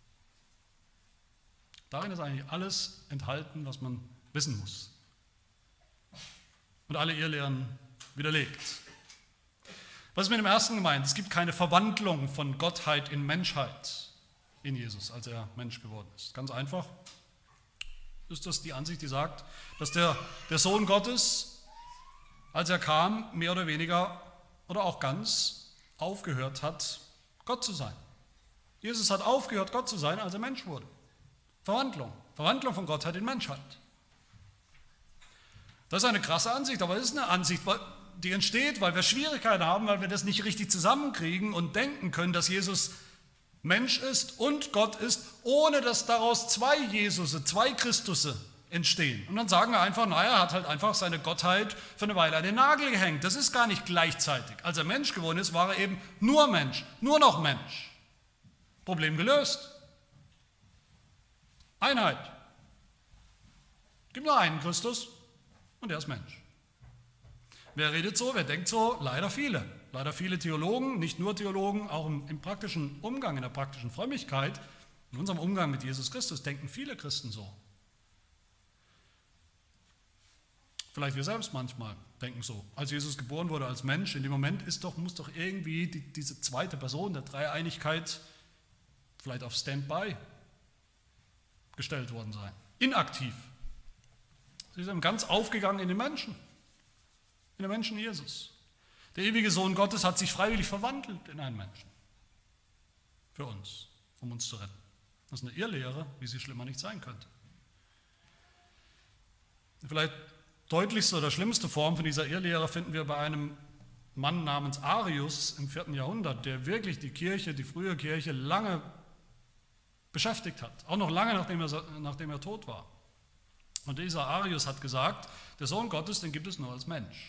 Speaker 1: Darin ist eigentlich alles enthalten, was man wissen muss. Und alle Irrlehren widerlegt. Was ist mit dem ersten gemeint? Es gibt keine Verwandlung von Gottheit in Menschheit in Jesus, als er Mensch geworden ist. Ganz einfach ist das die Ansicht, die sagt, dass der Sohn Gottes, als er kam, mehr oder weniger oder auch ganz aufgehört hat, Gott zu sein. Jesus hat aufgehört, Gott zu sein, als er Mensch wurde. Verwandlung von Gottheit in Menschheit. Das ist eine krasse Ansicht, aber es ist eine Ansicht, die entsteht, weil wir Schwierigkeiten haben, weil wir das nicht richtig zusammenkriegen und denken können, dass Jesus Mensch ist und Gott ist, ohne dass daraus zwei Jesusse, zwei Christusse entstehen. Und dann sagen wir einfach, naja, er hat halt einfach seine Gottheit für eine Weile an den Nagel gehängt. Das ist gar nicht gleichzeitig. Als er Mensch geworden ist, war er eben nur Mensch, nur noch Mensch. Problem gelöst. Einheit. Es gibt nur einen Christus und er ist Mensch. Wer redet so, wer denkt so? Leider viele. Leider viele Theologen, nicht nur Theologen, auch im praktischen Umgang, in der praktischen Frömmigkeit, in unserem Umgang mit Jesus Christus, denken viele Christen so. Vielleicht wir selbst manchmal denken so. Als Jesus geboren wurde als Mensch, in dem Moment muss doch irgendwie diese zweite Person der Dreieinigkeit vielleicht auf Standby gestellt worden sein. Inaktiv. Sie ist ganz aufgegangen in den Menschen. In den Menschen Jesus. Der ewige Sohn Gottes hat sich freiwillig verwandelt in einen Menschen. Für uns, um uns zu retten. Das ist eine Irrlehre, wie sie schlimmer nicht sein könnte. Vielleicht deutlichste oder schlimmste Form von dieser Irrlehre finden wir bei einem Mann namens Arius im 4. Jahrhundert, der wirklich die Kirche, die frühe Kirche, lange beschäftigt hat. Auch noch lange, nachdem er tot war. Und dieser Arius hat gesagt, der Sohn Gottes, den gibt es nur als Mensch.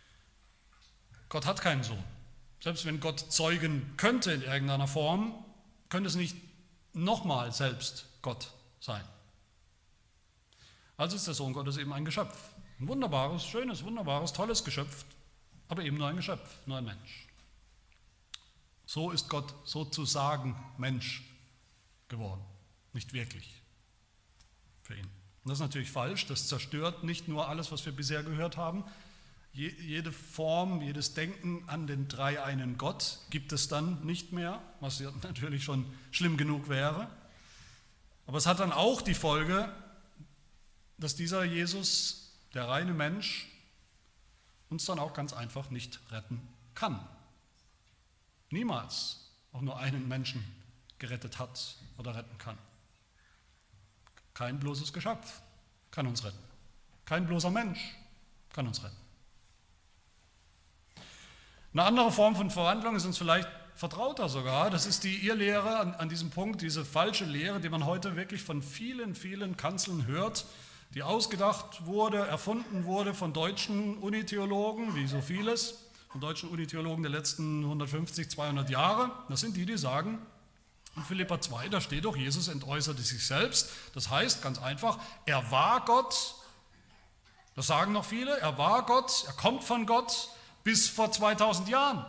Speaker 1: Gott hat keinen Sohn. Selbst wenn Gott zeugen könnte in irgendeiner Form, könnte es nicht nochmal selbst Gott sein. Also ist der Sohn Gottes eben ein Geschöpf. Ein wunderbares, schönes, wunderbares, tolles Geschöpf, aber eben nur ein Geschöpf, nur ein Mensch. So ist Gott sozusagen Mensch geworden, nicht wirklich für ihn. Und das ist natürlich falsch, das zerstört nicht nur alles, was wir bisher gehört haben. Jede Form, jedes Denken an den dreieinen Gott gibt es dann nicht mehr, was ja natürlich schon schlimm genug wäre. Aber es hat dann auch die Folge, dass dieser Jesus, der reine Mensch, uns dann auch ganz einfach nicht retten kann. Niemals auch nur einen Menschen gerettet hat oder retten kann. Kein bloßes Geschöpf kann uns retten. Kein bloßer Mensch kann uns retten. Eine andere Form von Verwandlung ist uns vielleicht vertrauter sogar. Das ist die Irrlehre an diesem Punkt, diese falsche Lehre, die man heute wirklich von vielen, vielen Kanzeln hört, die ausgedacht wurde, erfunden wurde von deutschen Unitheologen, wie so vieles, von deutschen Unitheologen der letzten 150, 200 Jahre. Das sind die sagen, in Philipper 2, da steht doch, Jesus entäußerte sich selbst. Das heißt ganz einfach, er war Gott, das sagen noch viele, er war Gott, er kommt von Gott bis vor 2000 Jahren.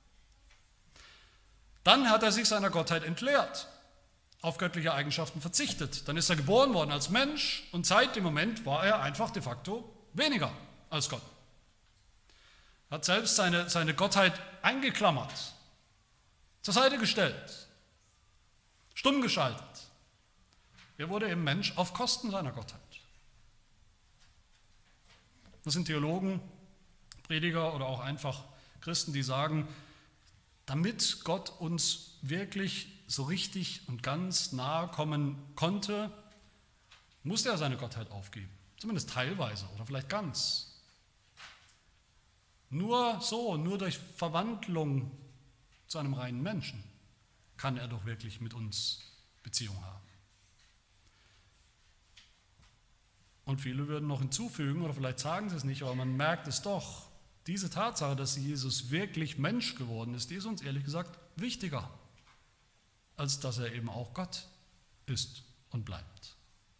Speaker 1: Dann hat er sich seiner Gottheit entleert, auf göttliche Eigenschaften verzichtet. Dann ist er geboren worden als Mensch und seit dem Moment war er einfach de facto weniger als Gott. Er hat selbst seine Gottheit eingeklammert, zur Seite gestellt, stumm geschaltet. Er wurde eben Mensch auf Kosten seiner Gottheit. Das sind Theologen, Prediger oder auch einfach Christen, die sagen, damit Gott uns wirklich so richtig und ganz nahe kommen konnte, musste er seine Gottheit aufgeben. Zumindest teilweise oder vielleicht ganz. Nur so, nur durch Verwandlung zu einem reinen Menschen kann er doch wirklich mit uns Beziehung haben. Und viele würden noch hinzufügen, oder vielleicht sagen sie es nicht, aber man merkt es doch, diese Tatsache, dass Jesus wirklich Mensch geworden ist, die ist uns ehrlich gesagt wichtiger, als dass er eben auch Gott ist und bleibt.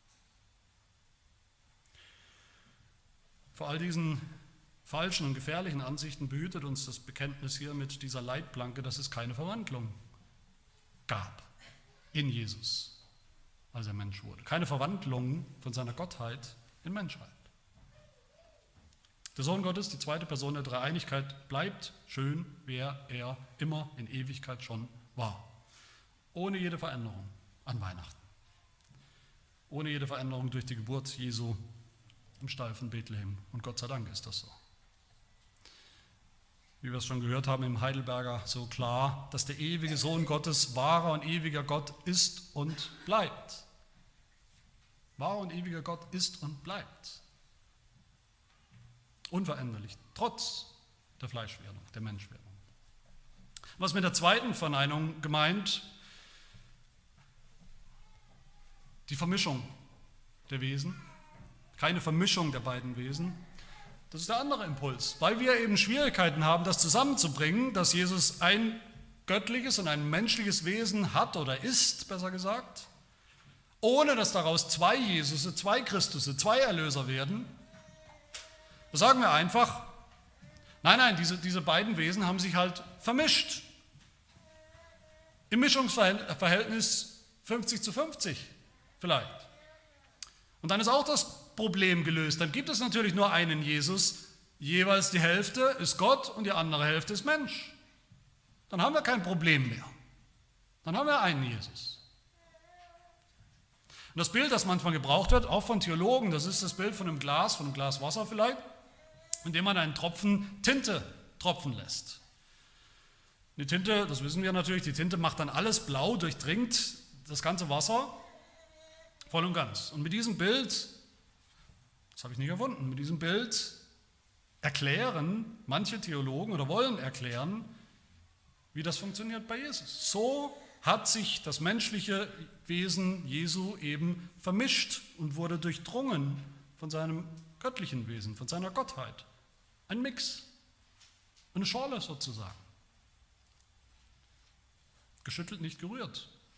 Speaker 1: Vor all diesen falschen und gefährlichen Ansichten behütet uns das Bekenntnis hier mit dieser Leitplanke, dass es keine Verwandlung gab in Jesus, als er Mensch wurde. Keine Verwandlung von seiner Gottheit in Menschheit. Der Sohn Gottes, die zweite Person der Dreieinigkeit, bleibt schön, wer er immer in Ewigkeit schon war. Ohne jede Veränderung an Weihnachten. Ohne jede Veränderung durch die Geburt Jesu im Stall von Bethlehem. Und Gott sei Dank ist das so. Wie wir es schon gehört haben im Heidelberger so klar, dass der ewige Sohn Gottes wahrer und ewiger Gott ist und bleibt. Wahrer und ewiger Gott ist und bleibt. Unveränderlich, trotz der Fleischwerdung, der Menschwerdung. Was mit der zweiten Verneinung gemeint? Die Vermischung der Wesen. Keine Vermischung der beiden Wesen. Das ist der andere Impuls, weil wir eben Schwierigkeiten haben, das zusammenzubringen, dass Jesus ein göttliches und ein menschliches Wesen hat oder ist, besser gesagt, ohne dass daraus zwei Jesusse, zwei Christusse, zwei Erlöser werden. Da sagen wir einfach, nein, diese beiden Wesen haben sich halt vermischt. Im Mischungsverhältnis 50:50 vielleicht. Und dann ist auch das Problem gelöst. Dann gibt es natürlich nur einen Jesus, jeweils die Hälfte ist Gott und die andere Hälfte ist Mensch. Dann haben wir kein Problem mehr. Dann haben wir einen Jesus. Und das Bild, das manchmal gebraucht wird, auch von Theologen, das ist das Bild von einem Glas Wasser vielleicht, in dem man einen Tropfen Tinte tropfen lässt. Die Tinte, das wissen wir natürlich, die Tinte macht dann alles blau, durchdringt das ganze Wasser voll und ganz. Und mit diesem Bild, das habe ich nicht erfunden, mit diesem Bild erklären manche Theologen oder wollen erklären, wie das funktioniert bei Jesus. So hat sich das menschliche Wesen Jesu eben vermischt und wurde durchdrungen von seinem göttlichen Wesen, von seiner Gottheit. Ein Mix, eine Schorle sozusagen. Geschüttelt, nicht gerührt,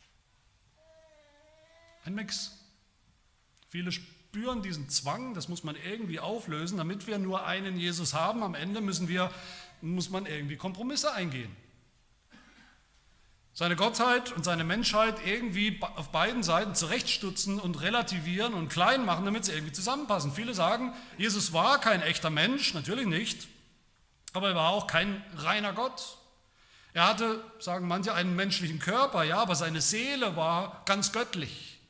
Speaker 1: Ein Mix. Viele spüren diesen Zwang, das muss man irgendwie auflösen, damit wir nur einen Jesus haben. Am Ende muss man irgendwie Kompromisse eingehen. Seine Gottheit und seine Menschheit irgendwie auf beiden Seiten zurechtstutzen und relativieren und klein machen, damit sie irgendwie zusammenpassen. Viele sagen, Jesus war kein echter Mensch, natürlich nicht, aber er war auch kein reiner Gott. Er hatte, sagen manche, einen menschlichen Körper, ja, aber seine Seele war ganz göttlich.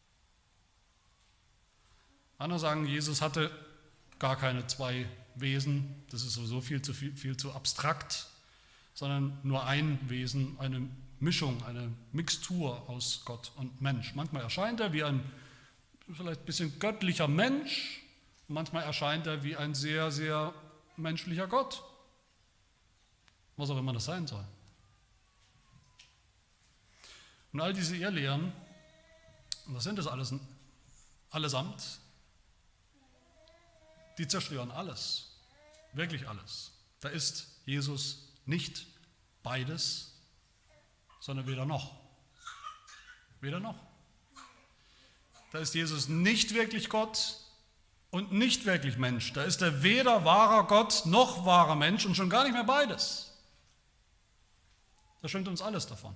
Speaker 1: Andere sagen, Jesus hatte gar keine zwei Wesen, das ist sowieso viel zu abstrakt, sondern nur ein Wesen, eine Mischung, eine Mixtur aus Gott und Mensch. Manchmal erscheint er wie ein vielleicht ein bisschen göttlicher Mensch, manchmal erscheint er wie ein sehr, sehr menschlicher Gott. Was auch immer das sein soll. Und all diese Irrlehren, und das sind es allesamt, die zerstören alles, wirklich alles. Da ist Jesus nicht beides, sondern weder noch. Weder noch. Da ist Jesus nicht wirklich Gott und nicht wirklich Mensch. Da ist er weder wahrer Gott noch wahrer Mensch und schon gar nicht mehr beides. Da stimmt uns alles davon.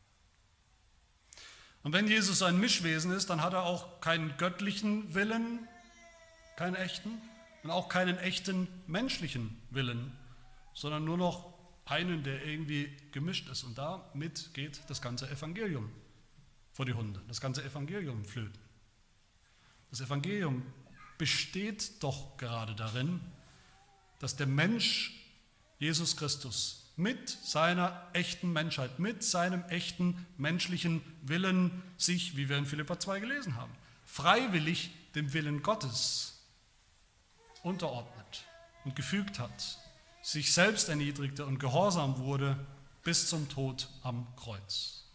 Speaker 1: Und wenn Jesus ein Mischwesen ist, dann hat er auch keinen göttlichen Willen, keinen echten, und auch keinen echten menschlichen Willen, sondern nur noch einen, der irgendwie gemischt ist. Und damit geht das ganze Evangelium vor die Hunde, das ganze Evangelium flöten. Das Evangelium besteht doch gerade darin, dass der Mensch Jesus Christus mit seiner echten Menschheit, mit seinem echten menschlichen Willen sich, wie wir in Philipper 2 gelesen haben, freiwillig dem Willen Gottes unterordnet und gefügt hat, sich selbst erniedrigte und gehorsam wurde bis zum Tod am Kreuz.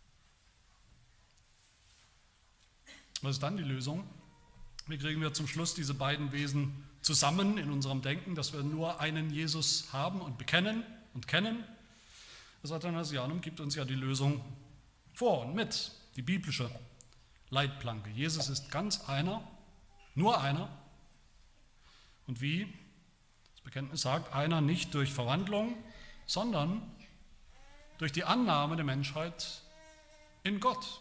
Speaker 1: Was ist dann die Lösung? Wie kriegen wir zum Schluss diese beiden Wesen zusammen in unserem Denken, dass wir nur einen Jesus haben und bekennen und kennen? Das Athanasianum gibt uns ja die Lösung vor und mit, die biblische Leitplanke. Jesus ist ganz einer, nur einer. Und wie? Das Bekenntnis sagt, einer nicht durch Verwandlung, sondern durch die Annahme der Menschheit in Gott.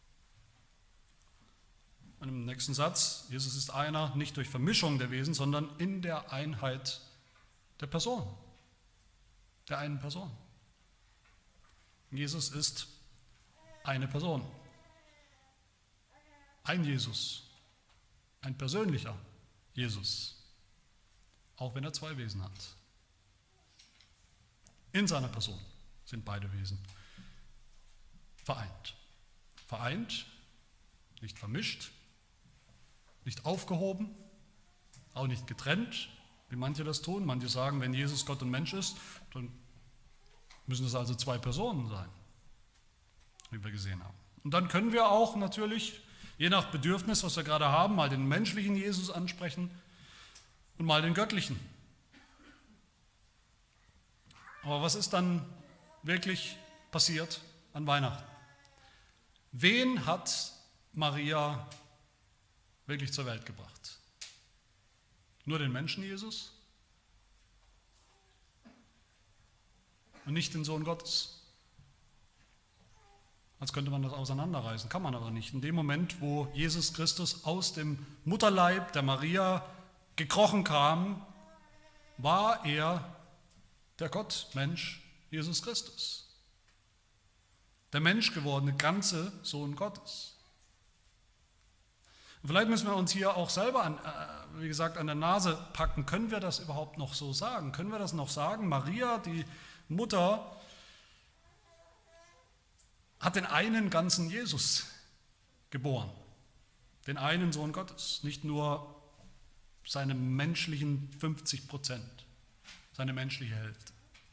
Speaker 1: Und im nächsten Satz, Jesus ist einer nicht durch Vermischung der Wesen, sondern in der Einheit der Person, der einen Person. Jesus ist eine Person, ein Jesus, ein persönlicher Jesus. Auch wenn er zwei Wesen hat. In seiner Person sind beide Wesen vereint. Vereint, nicht vermischt, nicht aufgehoben, auch nicht getrennt, wie manche das tun. Manche sagen, wenn Jesus Gott und Mensch ist, dann müssen es also zwei Personen sein, wie wir gesehen haben. Und dann können wir auch natürlich, je nach Bedürfnis, was wir gerade haben, mal den menschlichen Jesus ansprechen, und mal den göttlichen. Aber was ist dann wirklich passiert an Weihnachten? Wen hat Maria wirklich zur Welt gebracht? Nur den Menschen Jesus? Und nicht den Sohn Gottes? Als könnte man das auseinanderreißen, kann man aber nicht. In dem Moment, wo Jesus Christus aus dem Mutterleib der Maria gekrochen kam, war er der Gottmensch Jesus Christus. Der menschgewordene ganze Sohn Gottes. Und vielleicht müssen wir uns hier auch selber, an der Nase packen. Können wir das überhaupt noch so sagen? Können wir das noch sagen? Maria, die Mutter, hat den einen ganzen Jesus geboren. Den einen Sohn Gottes. Nicht nur seine menschlichen 50%, seine menschliche Hälfte.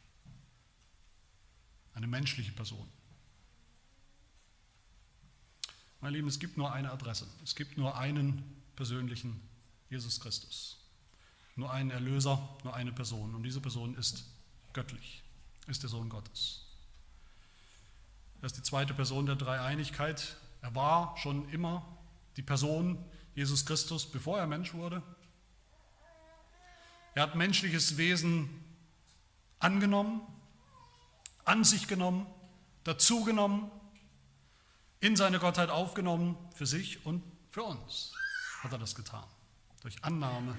Speaker 1: Eine menschliche Person. Meine Lieben, es gibt nur eine Adresse. Es gibt nur einen persönlichen Jesus Christus. Nur einen Erlöser, nur eine Person. Und diese Person ist göttlich, ist der Sohn Gottes. Er ist die zweite Person der Dreieinigkeit. Er war schon immer die Person Jesus Christus, bevor er Mensch wurde. Er hat menschliches Wesen angenommen, an sich genommen, dazugenommen, in seine Gottheit aufgenommen, für sich und für uns hat er das getan. Durch Annahme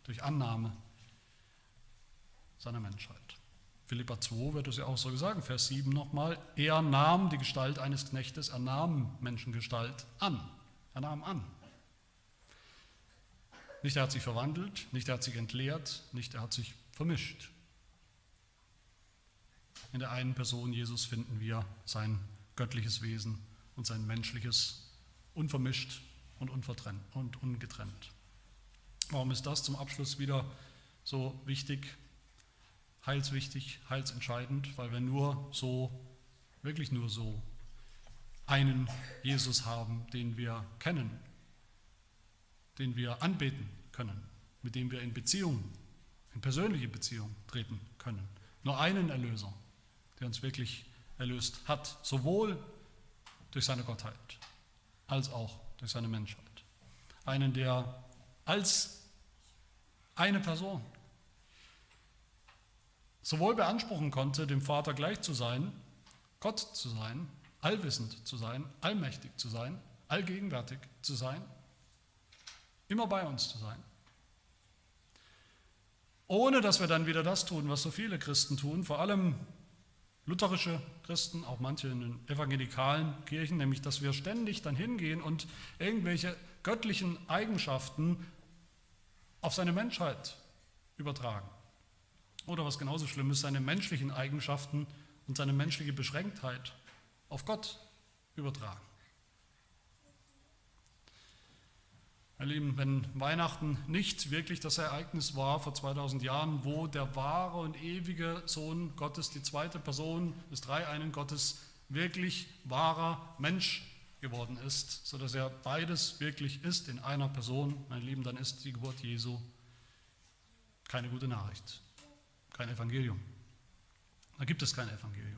Speaker 1: seiner Menschheit. Philipper 2 wird es ja auch so gesagt, Vers 7 nochmal, er nahm die Gestalt eines Knechtes, er nahm Menschengestalt an. Er nahm an. Nicht er hat sich verwandelt, nicht er hat sich entleert, nicht er hat sich vermischt. In der einen Person Jesus finden wir sein göttliches Wesen und sein menschliches, unvermischt und ungetrennt. Warum ist das zum Abschluss wieder so wichtig, heilswichtig, heilsentscheidend? Weil wir nur so, wirklich nur so, einen Jesus haben, den wir kennen, den wir anbeten können, mit dem wir in Beziehung, in persönliche Beziehung treten können. Nur einen Erlöser, der uns wirklich erlöst hat, sowohl durch seine Gottheit als auch durch seine Menschheit. Einen, der als eine Person sowohl beanspruchen konnte, dem Vater gleich zu sein, Gott zu sein, allwissend zu sein, allmächtig zu sein, allgegenwärtig zu sein, immer bei uns zu sein. Ohne dass wir dann wieder das tun, was so viele Christen tun, vor allem lutherische Christen, auch manche in den evangelikalen Kirchen, nämlich dass wir ständig dann hingehen und irgendwelche göttlichen Eigenschaften auf seine Menschheit übertragen. Oder was genauso schlimm ist, seine menschlichen Eigenschaften und seine menschliche Beschränktheit auf Gott übertragen. Meine Lieben, wenn Weihnachten nicht wirklich das Ereignis war vor 2000 Jahren, wo der wahre und ewige Sohn Gottes, die zweite Person des dreieinen Gottes, wirklich wahrer Mensch geworden ist, sodass er beides wirklich ist in einer Person, meine Lieben, dann ist die Geburt Jesu keine gute Nachricht, kein Evangelium. Da gibt es kein Evangelium.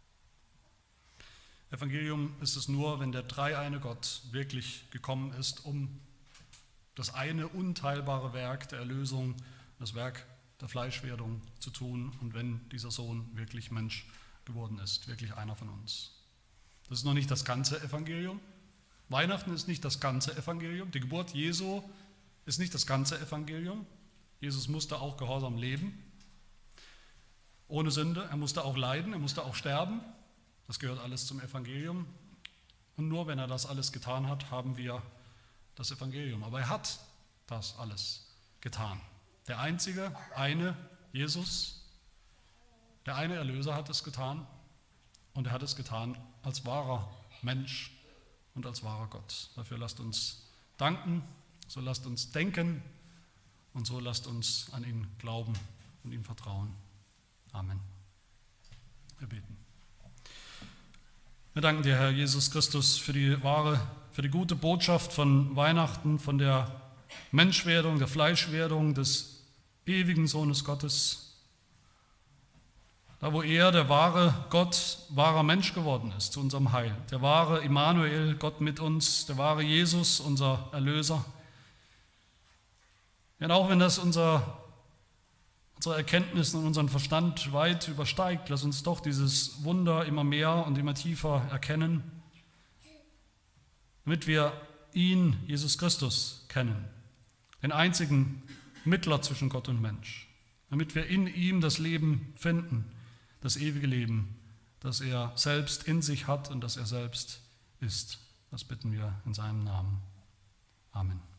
Speaker 1: Evangelium ist es nur, wenn der dreieine Gott wirklich gekommen ist, um das eine unteilbare Werk der Erlösung, das Werk der Fleischwerdung zu tun und wenn dieser Sohn wirklich Mensch geworden ist, wirklich einer von uns. Das ist noch nicht das ganze Evangelium. Weihnachten ist nicht das ganze Evangelium. Die Geburt Jesu ist nicht das ganze Evangelium. Jesus musste auch gehorsam leben, ohne Sünde. Er musste auch leiden, er musste auch sterben. Das gehört alles zum Evangelium. Und nur wenn er das alles getan hat, haben wir das Evangelium. Aber er hat das alles getan. Der einzige, eine Jesus, der eine Erlöser hat es getan und er hat es getan als wahrer Mensch und als wahrer Gott. Dafür lasst uns danken, so lasst uns denken und so lasst uns an ihn glauben und ihm vertrauen. Amen. Wir beten. Wir danken dir, Herr Jesus Christus, für die gute Botschaft von Weihnachten, von der Menschwerdung, der Fleischwerdung des ewigen Sohnes Gottes. Da, wo er, der wahre Gott, wahrer Mensch geworden ist zu unserem Heil. Der wahre Immanuel, Gott mit uns, der wahre Jesus, unser Erlöser. Denn auch wenn das unsere Erkenntnis und unseren Verstand weit übersteigt, lass uns doch dieses Wunder immer mehr und immer tiefer erkennen, damit wir ihn, Jesus Christus, kennen, den einzigen Mittler zwischen Gott und Mensch, damit wir in ihm das Leben finden, das ewige Leben, das er selbst in sich hat und das er selbst ist. Das bitten wir in seinem Namen. Amen.